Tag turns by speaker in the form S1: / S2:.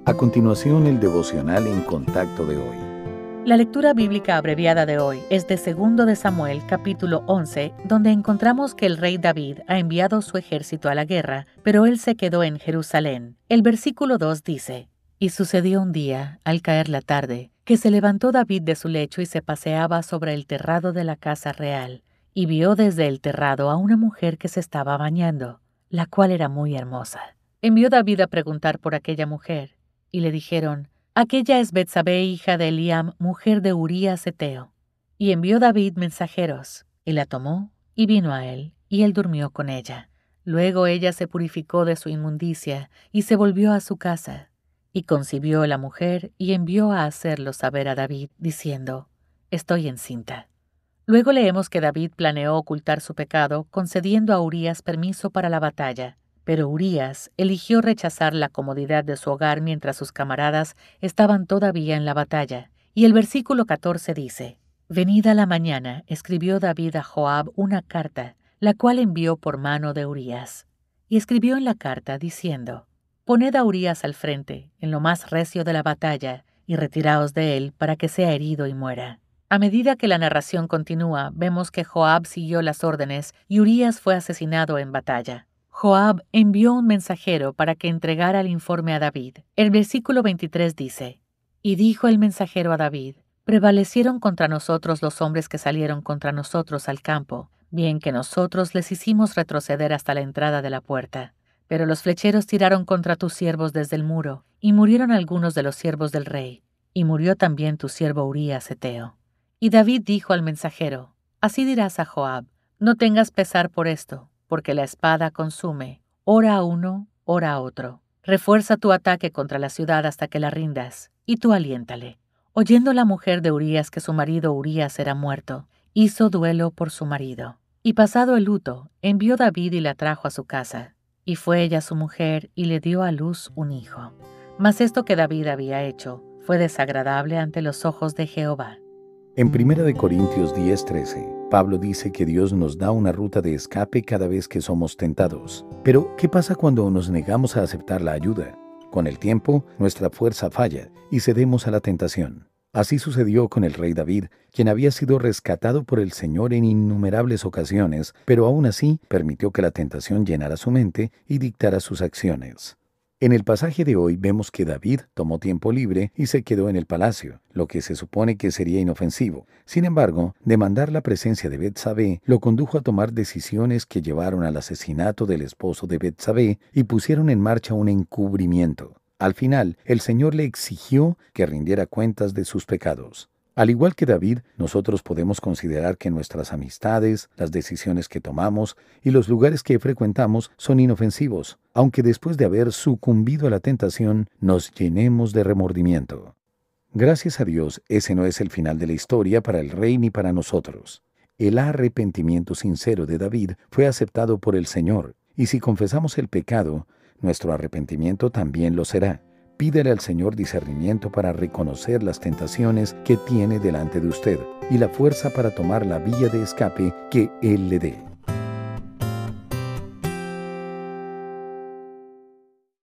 S1: A continuación, el devocional en contacto de hoy.
S2: La lectura bíblica abreviada de hoy es de 2 de Samuel, capítulo 11, donde encontramos que el rey David ha enviado su ejército a la guerra, pero él se quedó en Jerusalén. El versículo 2 dice: Y sucedió un día, al caer la tarde, que se levantó David de su lecho y se paseaba sobre el terrado de la casa real, y vio desde el terrado a una mujer que se estaba bañando, la cual era muy hermosa. Envió David a preguntar por aquella mujer, y le dijeron: Aquella es Betsabé, hija de Eliam, mujer de Urías heteo. Y envió David mensajeros, y la tomó, y vino a él, y él durmió con ella. Luego ella se purificó de su inmundicia, y se volvió a su casa. Y concibió la mujer, y envió a hacerlo saber a David, diciendo: Estoy encinta. Luego leemos que David planeó ocultar su pecado, concediendo a Urías permiso para la batalla. Pero Urías eligió rechazar la comodidad de su hogar mientras sus camaradas estaban todavía en la batalla. Y el versículo 14 dice: Venida la mañana, escribió David a Joab una carta, la cual envió por mano de Urías. Y escribió en la carta diciendo: Poned a Urías al frente, en lo más recio de la batalla, y retiraos de él para que sea herido y muera. A medida que la narración continúa, vemos que Joab siguió las órdenes y Urías fue asesinado en batalla. Joab envió un mensajero para que entregara el informe a David. El versículo 23 dice: Y dijo el mensajero a David: Prevalecieron contra nosotros los hombres que salieron contra nosotros al campo, bien que nosotros les hicimos retroceder hasta la entrada de la puerta. Pero los flecheros tiraron contra tus siervos desde el muro, y murieron algunos de los siervos del rey, y murió también tu siervo Urías heteo. Y David dijo al mensajero: Así dirás a Joab: No tengas pesar por esto, porque la espada consume, ora a uno, ora a otro. Refuerza tu ataque contra la ciudad hasta que la rindas, y tú aliéntale. Oyendo la mujer de Urías que su marido Urías era muerto, hizo duelo por su marido. Y pasado el luto, envió David y la trajo a su casa. Y fue ella su mujer, y le dio a luz un hijo. Mas esto que David había hecho fue desagradable ante los ojos de Jehová.
S1: En 1 Corintios 10:13, Pablo dice que Dios nos da una ruta de escape cada vez que somos tentados. Pero, ¿qué pasa cuando nos negamos a aceptar la ayuda? Con el tiempo, nuestra fuerza falla y cedemos a la tentación. Así sucedió con el rey David, quien había sido rescatado por el Señor en innumerables ocasiones, pero aún así permitió que la tentación llenara su mente y dictara sus acciones. En el pasaje de hoy vemos que David tomó tiempo libre y se quedó en el palacio, lo que se supone que sería inofensivo. Sin embargo, demandar la presencia de Betsabé lo condujo a tomar decisiones que llevaron al asesinato del esposo de Betsabé y pusieron en marcha un encubrimiento. Al final, el Señor le exigió que rindiera cuentas de sus pecados. Al igual que David, nosotros podemos considerar que nuestras amistades, las decisiones que tomamos y los lugares que frecuentamos son inofensivos, aunque después de haber sucumbido a la tentación, nos llenemos de remordimiento. Gracias a Dios, ese no es el final de la historia para el rey ni para nosotros. El arrepentimiento sincero de David fue aceptado por el Señor, y si confesamos el pecado, nuestro arrepentimiento también lo será. Pídele al Señor discernimiento para reconocer las tentaciones que tiene delante de usted y la fuerza para tomar la vía de escape que Él le dé.